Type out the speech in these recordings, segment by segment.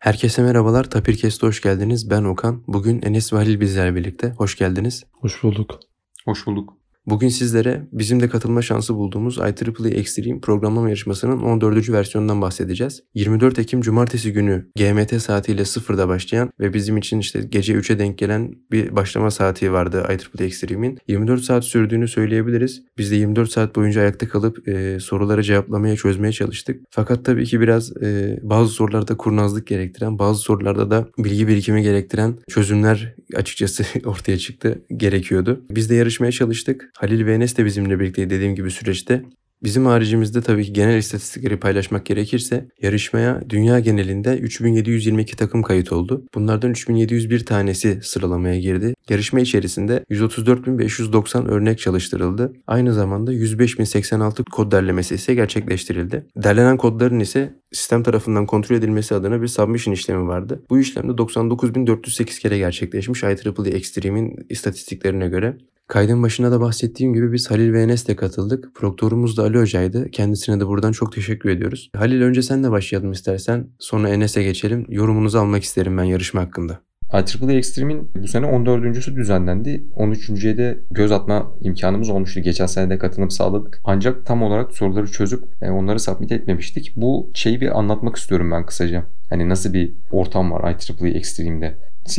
Herkese merhabalar. Tapirkest'e hoş geldiniz. Ben Okan. Bugün Enes ve Halil bizlerle birlikte. Hoş geldiniz. Hoş bulduk. Hoş bulduk. Bugün sizlere bizim de katılma şansı bulduğumuz IEEE Extreme programlama yarışmasının 14. versiyonundan bahsedeceğiz. 24 Ekim Cumartesi günü GMT saatiyle 0'da başlayan ve bizim için gece 3'e denk gelen bir başlama saati vardı IEEE Extreme'in. 24 saat sürdüğünü söyleyebiliriz. Biz de 24 saat boyunca ayakta kalıp soruları cevaplamaya, çözmeye çalıştık. Fakat tabii ki biraz bazı sorularda kurnazlık gerektiren, bazı sorularda da bilgi birikimi gerektiren çözümler açıkçası ortaya çıktı, gerekiyordu. Biz de yarışmaya çalıştık. Halil ve Enes de bizimle birlikte dediğim gibi süreçte. Bizim haricimizde tabii ki genel istatistikleri paylaşmak gerekirse yarışmaya dünya genelinde 3722 takım kayıt oldu. Bunlardan 3701 tanesi sıralamaya girdi. Yarışma içerisinde 134.590 örnek çalıştırıldı. Aynı zamanda 105.086 kod derlemesi ise gerçekleştirildi. Derlenen kodların ise sistem tarafından kontrol edilmesi adına bir submission işlemi vardı. Bu işlem de 99.408 kere gerçekleşmiş IEEE Extreme'in istatistiklerine göre. Kaydın başına da bahsettiğim gibi biz Halil ve Enes'le katıldık. Proktorumuz da Ali Hoca'ydı. Kendisine de buradan çok teşekkür ediyoruz. Halil, önce senle başlayalım istersen. Sonra Enes'e geçelim. Yorumunuzu almak isterim ben yarışma hakkında. IEEE Extreme'in bu sene 14.sü düzenlendi. 13.ye de göz atma imkanımız olmuştu. Geçen sene de katılım sağladık. Ancak tam olarak soruları çözüp onları submit etmemiştik. Bu şeyi bir anlatmak istiyorum ben kısaca. Hani nasıl bir ortam var IEEE Extreme'de.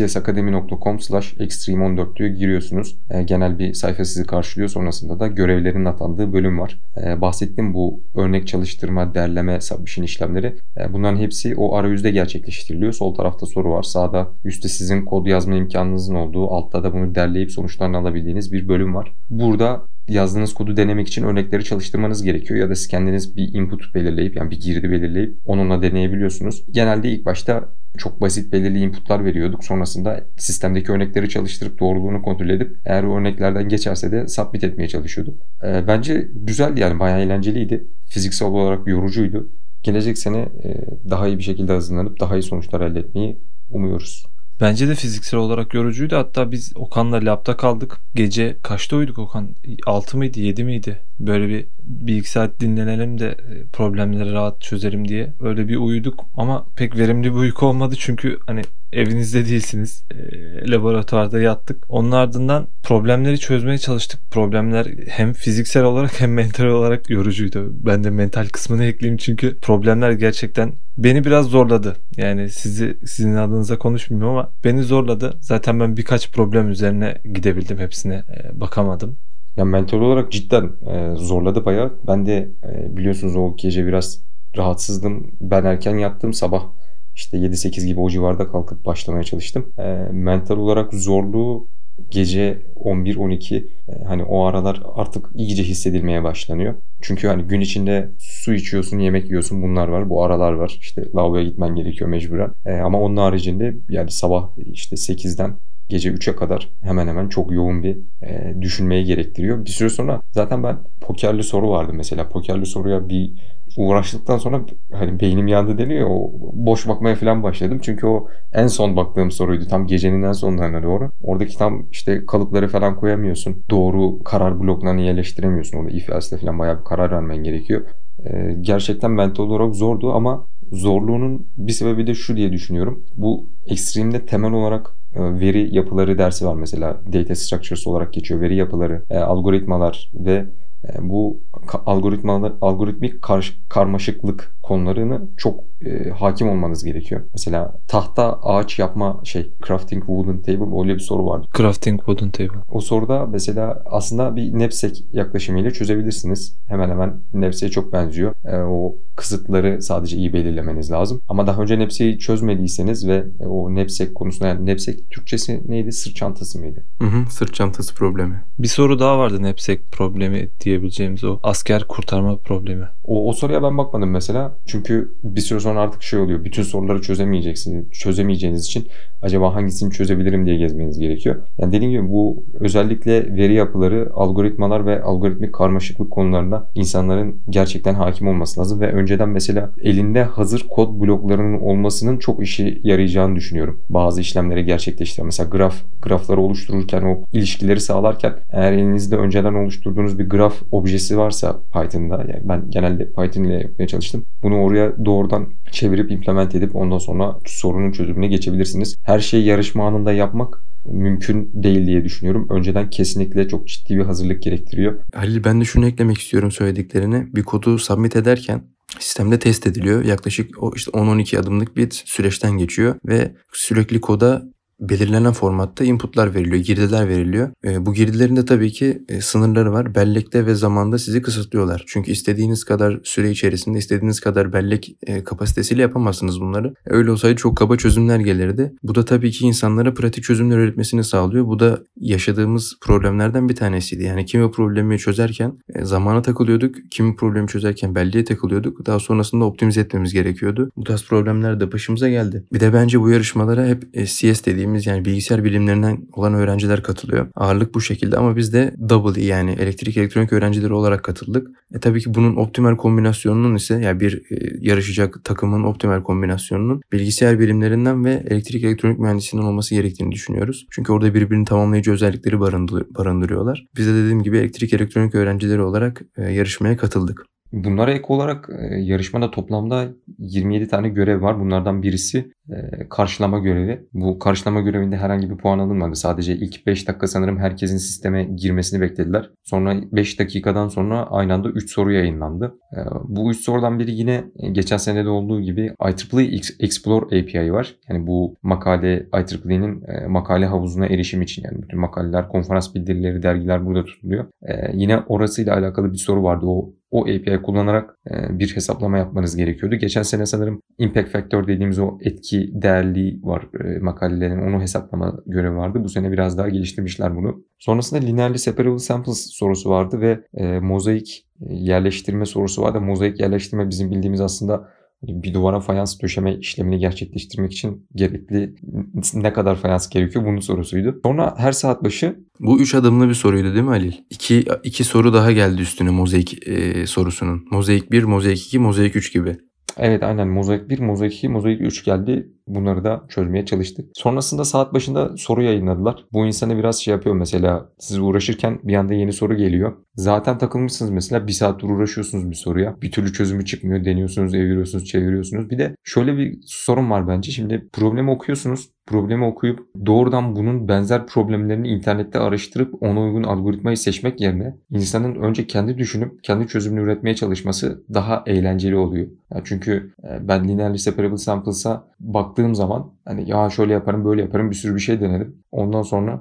csakademi.com/extreme14 diyor, giriyorsunuz. Genel bir sayfa sizi karşılıyor. Sonrasında da görevlerin atandığı bölüm var. Bahsettiğim bu örnek çalıştırma, derleme, submission işlemleri, bunların hepsi o arayüzde gerçekleştiriliyor. Sol tarafta soru var. Sağda üstte sizin kod yazma imkanınızın olduğu, altta da bunu derleyip sonuçlarını alabildiğiniz bir bölüm var. Burada yazdığınız kodu denemek için örnekleri çalıştırmanız gerekiyor ya da siz kendiniz bir input belirleyip, yani bir girdi belirleyip onunla deneyebiliyorsunuz. Genelde ilk başta çok basit belirli inputlar veriyorduk. Sonrasında sistemdeki örnekleri çalıştırıp doğruluğunu kontrol edip eğer o örneklerden geçerse de submit etmeye çalışıyorduk. Bence güzeldi, yani bayağı eğlenceliydi. Fiziksel olarak yorucuydu. Gelecek sene daha iyi bir şekilde hazırlanıp daha iyi sonuçlar elde etmeyi umuyoruz. Bence de fiziksel olarak yorucuydu. Hatta biz Okan'la lab'da kaldık. Gece kaçta uyuduk Okan? 6 mıydı 7 miydi? Böyle bir iki saat dinlenelim de problemleri rahat çözelim diye. Öyle bir uyuduk ama pek verimli bir uyku olmadı. Çünkü hani evinizde değilsiniz. Laboratuvarda yattık. Onun ardından problemleri çözmeye çalıştık. Problemler hem fiziksel olarak hem mental olarak yorucuydu. Ben de mental kısmını ekleyeyim çünkü problemler gerçekten beni biraz zorladı. Yani sizin adınıza konuşmuyorum ama beni zorladı. Zaten ben birkaç problem üzerine gidebildim. Hepsine bakamadım. Ya mental olarak cidden zorladı bayağı. Ben de biliyorsunuz o gece biraz rahatsızdım. Ben erken yattım, sabah işte 7-8 gibi o civarda kalkıp başlamaya çalıştım. Mental olarak zorluğu gece 11-12, hani o aralar artık iyice hissedilmeye başlanıyor. Çünkü hani gün içinde su içiyorsun, yemek yiyorsun, bunlar var. Bu aralar var. İşte lavaboya gitmen gerekiyor mecburen. Ama onun haricinde yani sabah işte 8'den gece 3'e kadar hemen hemen çok yoğun bir düşünmeyi gerektiriyor. Bir süre sonra zaten ben pokerli soru vardı mesela. Pokerli soruya bir uğraştıktan sonra hani beynim yandı deniyor ya, o boş bakmaya falan başladım. Çünkü o en son baktığım soruydu. Tam gecenin en sonlarına doğru. Oradaki tam işte kalıpları falan koyamıyorsun. Doğru karar bloklarını yerleştiremiyorsun. Orada if else'le falan bayağı bir karar vermen gerekiyor. Gerçekten mental olarak zordu ama zorluğunun bir sebebi de şu diye düşünüyorum. Bu Extreme'de temel olarak veri yapıları dersi var mesela. Data structures olarak geçiyor. Veri yapıları, algoritmalar ve bu algoritmik karmaşıklık konularını çok hakim olmanız gerekiyor. Mesela tahta ağaç yapma crafting wooden table, öyle bir soru vardı. Crafting wooden table. O soruda mesela aslında bir knapsack yaklaşımıyla çözebilirsiniz. Hemen hemen knapsack'e çok benziyor. O kısıtları sadece iyi belirlemeniz lazım. Ama daha önce knapsack'i çözmediyseniz ve o knapsack konusunda, yani knapsack Türkçesi neydi? Sırt çantası mıydı? Sırt çantası problemi. Bir soru daha vardı knapsack problemi diyebileceğimiz, o asker kurtarma problemi. O soruya ben bakmadım mesela. Çünkü bir süre sonra artık oluyor. Bütün soruları çözemeyeceğiniz için acaba hangisini çözebilirim diye gezmeniz gerekiyor. Yani dediğim gibi bu özellikle veri yapıları, algoritmalar ve algoritmik karmaşıklık konularında insanların gerçekten hakim olması lazım ve önceden mesela elinde hazır kod bloklarının olmasının çok işe yarayacağını düşünüyorum. Bazı işlemleri gerçekleştiren, mesela grafları oluştururken, o ilişkileri sağlarken eğer elinizde önceden oluşturduğunuz bir graf objesi varsa Python'da, yani ben genelde geldi. Python ile yapmaya çalıştım. Bunu oraya doğrudan çevirip implement edip ondan sonra sorunun çözümüne geçebilirsiniz. Her şeyi yarışma anında yapmak mümkün değil diye düşünüyorum. Önceden kesinlikle çok ciddi bir hazırlık gerektiriyor. Halil, ben de şunu eklemek istiyorum söylediklerine. Bir kodu submit ederken sistemde test ediliyor. Yaklaşık o işte 10-12 adımlık bir süreçten geçiyor ve sürekli koda belirlenen formatta inputlar veriliyor, girdiler veriliyor. Bu girdilerin de tabii ki sınırları var. Bellekte ve zamanda sizi kısıtlıyorlar. Çünkü istediğiniz kadar süre içerisinde istediğiniz kadar bellek kapasitesiyle yapamazsınız bunları. Öyle olsaydı çok kaba çözümler gelirdi. Bu da tabii ki insanlara pratik çözümler üretmesini sağlıyor. Bu da yaşadığımız problemlerden bir tanesiydi. Yani kimi problemi çözerken zamana takılıyorduk, kimi problemi çözerken belleğe takılıyorduk. Daha sonrasında optimize etmemiz gerekiyordu. Bu tarz problemler de başımıza geldi. Bir de bence bu yarışmalara hep CS dediğimiz, yani bilgisayar bilimlerinden olan öğrenciler katılıyor. Ağırlık bu şekilde ama biz de double yani elektrik elektronik öğrencileri olarak katıldık. Tabii ki bunun optimal kombinasyonunun ise yani bir yarışacak takımın optimal kombinasyonunun bilgisayar bilimlerinden ve elektrik elektronik mühendisliğinden olması gerektiğini düşünüyoruz. Çünkü orada birbirini tamamlayıcı özellikleri barındırıyorlar. Biz de dediğim gibi elektrik elektronik öğrencileri olarak yarışmaya katıldık. Bunlara ek olarak yarışmada toplamda 27 tane görev var. Bunlardan birisi karşılama görevi. Bu karşılama görevinde herhangi bir puan alınmadı. Sadece ilk 5 dakika sanırım herkesin sisteme girmesini beklediler. Sonra 5 dakikadan sonra aynı anda 3 soru yayınlandı. Bu 3 sorudan biri yine geçen sene de olduğu gibi IEEE Explore API var. Yani bu makale IEEE'nin makale havuzuna erişim için, yani bütün makaleler, konferans bildirileri, dergiler burada tutuluyor. Yine orasıyla alakalı bir soru vardı. O API kullanarak bir hesaplama yapmanız gerekiyordu. Geçen sene sanırım Impact Factor dediğimiz o etki değerliği var makalelerin. Onu hesaplama görevi vardı. Bu sene biraz daha geliştirmişler bunu. Sonrasında Linearly Separable Samples sorusu vardı ve mozaik yerleştirme sorusu vardı. Mozaik yerleştirme bizim bildiğimiz aslında bir duvara fayans döşeme işlemini gerçekleştirmek için gerekli ne kadar fayans gerekiyor bunun sorusuydu. Sonra her saat başı Bu 3 adımlı bir soruydu değil mi Halil? İki soru daha geldi üstüne mozaik sorusunun. Mozaik 1, mozaik 2, mozaik 3 gibi. Evet, aynen mozaik 1, mozaik 2, mozaik 3 geldi. Bunları da çözmeye çalıştık. Sonrasında saat başında soru yayınladılar. Bu insanı biraz şey yapıyor, mesela siz uğraşırken bir anda yeni soru geliyor. Zaten takılmışsınız mesela, bir saattir uğraşıyorsunuz bir soruya. Bir türlü çözümü çıkmıyor. Deniyorsunuz, eviriyorsunuz, çeviriyorsunuz. Bir de şöyle bir sorun var bence. Şimdi problemi okuyorsunuz. Problemi okuyup doğrudan bunun benzer problemlerini internette araştırıp ona uygun algoritmayı seçmek yerine insanın önce kendi düşünüp kendi çözümünü üretmeye çalışması daha eğlenceli oluyor. Yani çünkü ben Linearly Separable Samples'a baktığım zaman hani ya şöyle yaparım, böyle yaparım, bir sürü bir şey denedim. Ondan sonra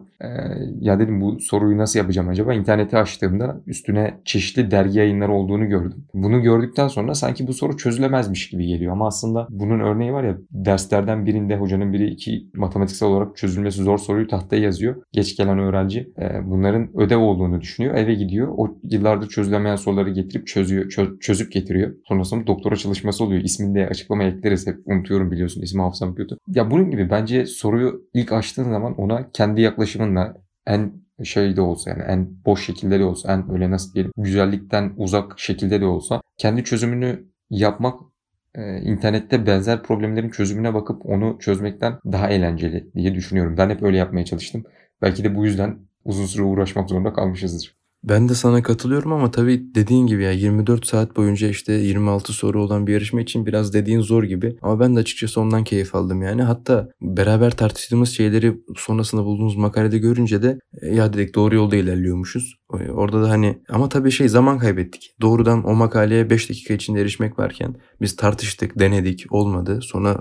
ya dedim bu soruyu nasıl yapacağım acaba? İnterneti açtığımda üstüne çeşitli dergi yayınları olduğunu gördüm. Bunu gördükten sonra sanki bu soru çözülemezmiş gibi geliyor. Ama aslında bunun örneği var ya, derslerden birinde hocanın biri 2 matematiksel olarak çözülmesi zor soruyu tahtaya yazıyor. Geç gelen öğrenci bunların ödev olduğunu düşünüyor. Eve gidiyor. O yıllardır çözülemeyen soruları getirip çözüp getiriyor. Sonrasında doktora çalışması oluyor. İsmini de açıklamaya ekleriz. Hep unutuyorum biliyorsun. İsmi hafızam kötü. Ya bunun gibi bence soruyu ilk açtığın zaman ona kendi yaklaşımınla en şey de olsa, yani en boş şekilde de olsa, en öyle nasıl diyelim güzellikten uzak şekilde de olsa kendi çözümünü yapmak, internette benzer problemlerin çözümüne bakıp onu çözmekten daha eğlenceli diye düşünüyorum. Ben hep öyle yapmaya çalıştım. Belki de bu yüzden uzun süre uğraşmak zorunda kalmışızdır. Ben de sana katılıyorum ama tabii dediğin gibi ya 24 saat boyunca işte 26 soru olan bir yarışma için biraz dediğin zor gibi. Ama ben de açıkçası ondan keyif aldım yani. Hatta beraber tartıştığımız şeyleri sonrasında bulduğumuz makalede görünce de ya dedik doğru yolda ilerliyormuşuz. Orada da hani ama tabii zaman kaybettik. Doğrudan o makaleye 5 dakika içinde erişmek varken biz tartıştık, denedik, olmadı. Sonra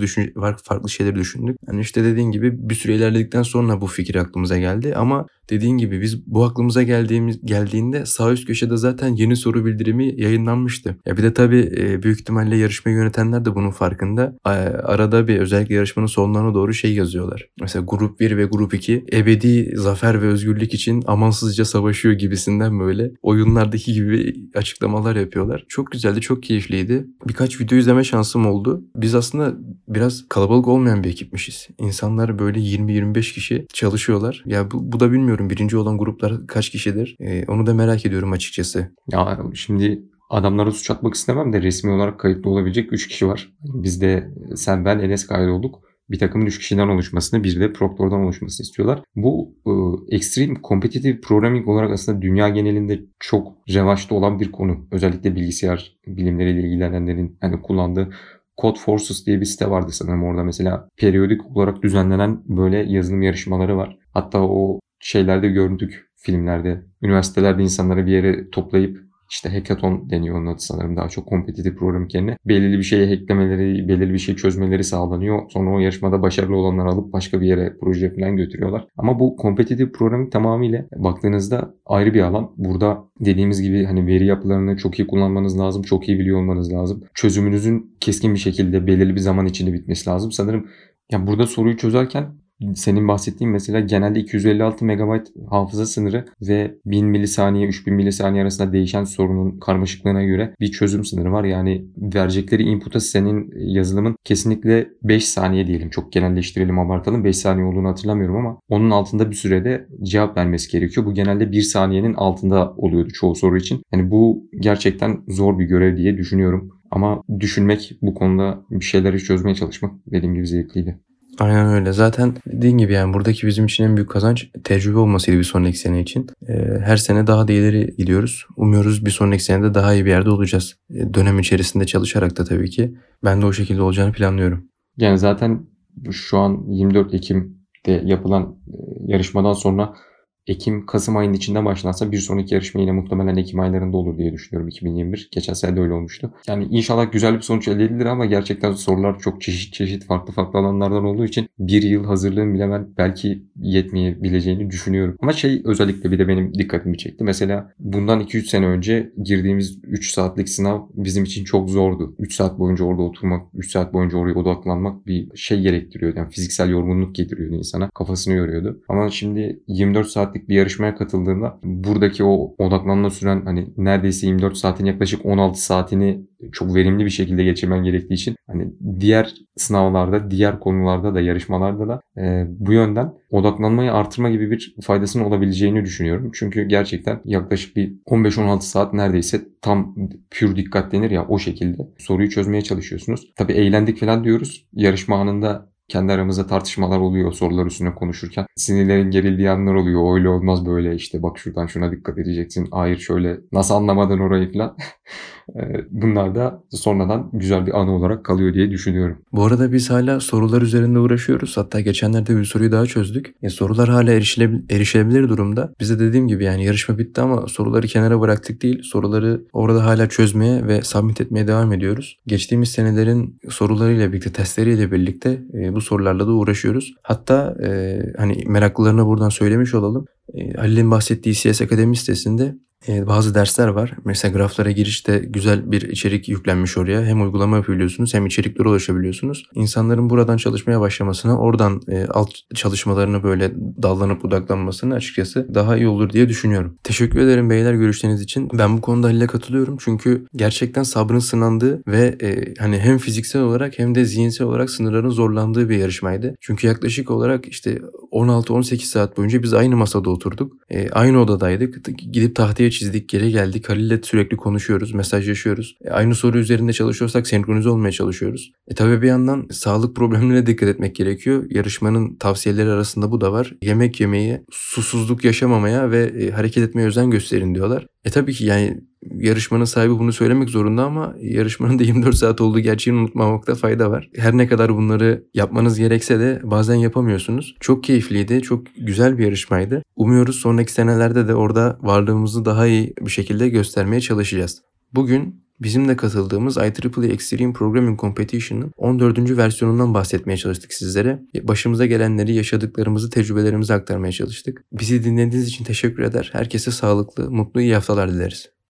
farklı şeyleri düşündük. Yani işte dediğin gibi bir süre ilerledikten sonra bu fikir aklımıza geldi ama dediğin gibi biz bu aklımıza geldiğinde sağ üst köşede zaten yeni soru bildirimi yayınlanmıştı. Ya bir de tabii büyük ihtimalle yarışmayı yönetenler de bunun farkında. Arada bir özellikle yarışmanın sonlarına doğru yazıyorlar. Mesela grup 1 ve grup 2 ebedi zafer ve özgürlük için amansızca savaşıyor gibisinden böyle oyunlardaki gibi açıklamalar yapıyorlar. Çok güzeldi, çok keyifliydi. Birkaç video izleme şansım oldu. Biz aslında biraz kalabalık olmayan bir ekipmişiz. İnsanlar böyle 20-25 kişi çalışıyorlar. Ya bu da bilmiyorum birinci olan gruplar kaç kişidir? Onu da merak ediyorum açıkçası. Ya şimdi adamlara suç atmak istemem de resmi olarak kayıtlı olabilecek 3 kişi var. Biz de sen, ben, Enes kaydolduk. bir takımın 3 kişiden oluşmasını, bir de proktordan oluşmasını istiyorlar. Bu Extreme Competitive Programming olarak aslında dünya genelinde çok revaçta olan bir konu. Özellikle bilgisayar bilimleriyle ilgilenenlerin hani kullandığı Codeforces diye bir site vardı sanırım. Orada mesela periyodik olarak düzenlenen böyle yazılım yarışmaları var. Hatta o şeylerde gördük, filmlerde. Üniversitelerde insanları bir yere toplayıp işte hackathon deniyor onun adı sanırım, daha çok kompetitif programming yerine. Belirli bir şeye hacklemeleri, belirli bir şey çözmeleri sağlanıyor. Sonra o yarışmada başarılı olanları alıp başka bir yere proje falan götürüyorlar. Ama bu kompetitif programming tamamıyla baktığınızda ayrı bir alan. Burada dediğimiz gibi hani veri yapılarını çok iyi kullanmanız lazım. Çok iyi biliyor olmanız lazım. Çözümünüzün keskin bir şekilde belirli bir zaman içinde bitmesi lazım. Sanırım yani burada soruyu çözerken senin bahsettiğin mesela genelde 256 MB hafıza sınırı ve 1000 milisaniye 3000 milisaniye arasında değişen sorunun karmaşıklığına göre bir çözüm sınırı var. Yani verecekleri input'a senin yazılımın kesinlikle 5 saniye diyelim. Çok genelleştirelim, abartalım. 5 saniye olduğunu hatırlamıyorum ama onun altında bir sürede cevap vermesi gerekiyor. Bu genelde 1 saniyenin altında oluyordu çoğu soru için. Yani bu gerçekten zor bir görev diye düşünüyorum. Ama düşünmek, bu konuda bir şeyleri çözmeye çalışmak dediğim gibi zevkliydi. Aynen öyle. Zaten dediğin gibi yani buradaki bizim için en büyük kazanç tecrübe olmasıydı bir sonraki sene için. Her sene daha da ileri gidiyoruz. Umuyoruz bir sonraki senede daha iyi bir yerde olacağız. Dönem içerisinde çalışarak da tabii ki. Ben de o şekilde olacağını planlıyorum. Yani zaten şu an 24 Ekim'de yapılan yarışmadan sonra Ekim-Kasım ayının içinde başlansa bir sonraki yarışma yine muhtemelen Ekim aylarında olur diye düşünüyorum 2021. Geçen sene de öyle olmuştu. Yani inşallah güzel bir sonuç elde edilir ama gerçekten sorular çok çeşit farklı alanlardan olduğu için bir yıl hazırlığın bile ben belki yetmeyebileceğini düşünüyorum. Ama özellikle bir de benim dikkatimi çekti. Mesela bundan 2-3 sene önce girdiğimiz 3 saatlik sınav bizim için çok zordu. 3 saat boyunca orada oturmak, 3 saat boyunca oraya odaklanmak bir şey gerektiriyordu. Yani fiziksel yorgunluk getiriyordu insana. Kafasını yoruyordu. Ama şimdi 24 saat bir yarışmaya katıldığında buradaki o odaklanma süren hani neredeyse 24 saatin yaklaşık 16 saatini çok verimli bir şekilde geçirmen gerektiği için hani diğer sınavlarda, diğer konularda da, yarışmalarda da bu yönden odaklanmayı artırma gibi bir faydasının olabileceğini düşünüyorum. Çünkü gerçekten yaklaşık bir 15-16 saat neredeyse tam pür dikkat denir ya, o şekilde soruyu çözmeye çalışıyorsunuz. Tabii eğlendik falan diyoruz. Yarışma anında kendi aramızda tartışmalar oluyor sorular üstüne konuşurken. Sinirlerin gerildiği anlar oluyor. Öyle olmaz böyle, işte bak şuradan şuna dikkat edeceksin. Hayır şöyle, nasıl anlamadın orayı falan. Bunlar da sonradan güzel bir anı olarak kalıyor diye düşünüyorum. Bu arada biz hala sorular üzerinde uğraşıyoruz. Hatta geçenlerde bir soruyu daha çözdük. Sorular hala erişilebilir durumda. Bize dediğim gibi yani yarışma bitti ama soruları kenara bıraktık değil. Soruları orada hala çözmeye ve submit etmeye devam ediyoruz. Geçtiğimiz senelerin sorularıyla birlikte, testleriyle birlikte bu sorularla da uğraşıyoruz. Hatta hani meraklılarına buradan söylemiş olalım. Halil'in bahsettiği CS Akademi sitesinde bazı dersler var. Mesela graflara girişte güzel bir içerik yüklenmiş oraya. Hem uygulama yapabiliyorsunuz hem içeriklere ulaşabiliyorsunuz. İnsanların buradan çalışmaya başlamasına, oradan alt çalışmalarını böyle dallanıp budaklanmasını açıkçası daha iyi olur diye düşünüyorum. Teşekkür ederim beyler görüşleriniz için. Ben bu konuda Halil'e katılıyorum. Çünkü gerçekten sabrın sınandığı ve hani hem fiziksel olarak hem de zihinsel olarak sınırların zorlandığı bir yarışmaydı. Çünkü yaklaşık olarak işte 16-18 saat boyunca biz aynı masada oturduk. Aynı odadaydık. Gidip tahtaya çizdik, geri geldik. Halil'le sürekli konuşuyoruz, mesajlaşıyoruz. Aynı soru üzerinde çalışıyorsak senkronize olmaya çalışıyoruz. Tabii bir yandan sağlık problemlerine dikkat etmek gerekiyor. Yarışmanın tavsiyeleri arasında bu da var. Yemek yemeyi, susuzluk yaşamamaya ve hareket etmeye özen gösterin diyorlar. Tabii ki yani yarışmanın sahibi bunu söylemek zorunda ama yarışmanın da 24 saat olduğu gerçeğini unutmamakta fayda var. Her ne kadar bunları yapmanız gerekse de bazen yapamıyorsunuz. Çok keyifliydi, çok güzel bir yarışmaydı. Umuyoruz sonraki senelerde de orada varlığımızı daha iyi bir şekilde göstermeye çalışacağız. Bugün bizim de katıldığımız IEEE Extreme Programming Competition'ın 14. versiyonundan bahsetmeye çalıştık sizlere. Başımıza gelenleri, yaşadıklarımızı, tecrübelerimizi aktarmaya çalıştık. Bizi dinlediğiniz için teşekkür eder. Herkese sağlıklı, mutlu, iyi haftalar dileriz.